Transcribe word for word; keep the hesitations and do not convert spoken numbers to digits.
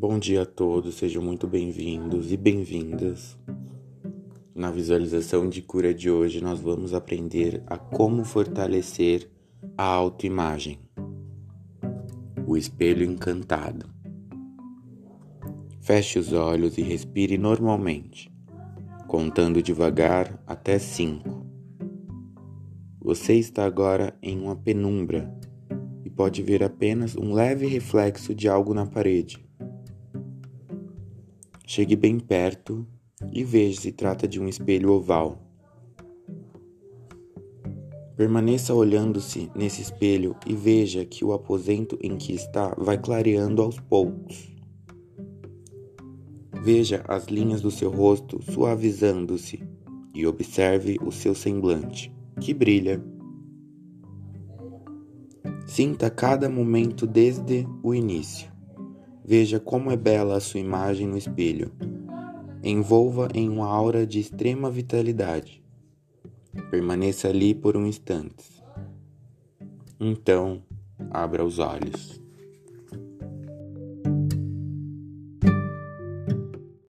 Bom dia a todos, sejam muito bem-vindos e bem-vindas. Na visualização de cura de hoje, nós vamos aprender a como fortalecer a autoimagem. O espelho encantado. Feche os olhos e respire normalmente, contando devagar até cinco. Você está agora em uma penumbra e pode ver apenas um leve reflexo de algo na parede. Chegue bem perto e veja se trata de um espelho oval. Permaneça olhando-se nesse espelho e veja que o aposento em que está vai clareando aos poucos. Veja as linhas do seu rosto suavizando-se e observe o seu semblante, que brilha. Sinta cada momento desde o início. Veja como é bela a sua imagem no espelho. Envolva em uma aura de extrema vitalidade. Permaneça ali por um instante. Então, abra os olhos.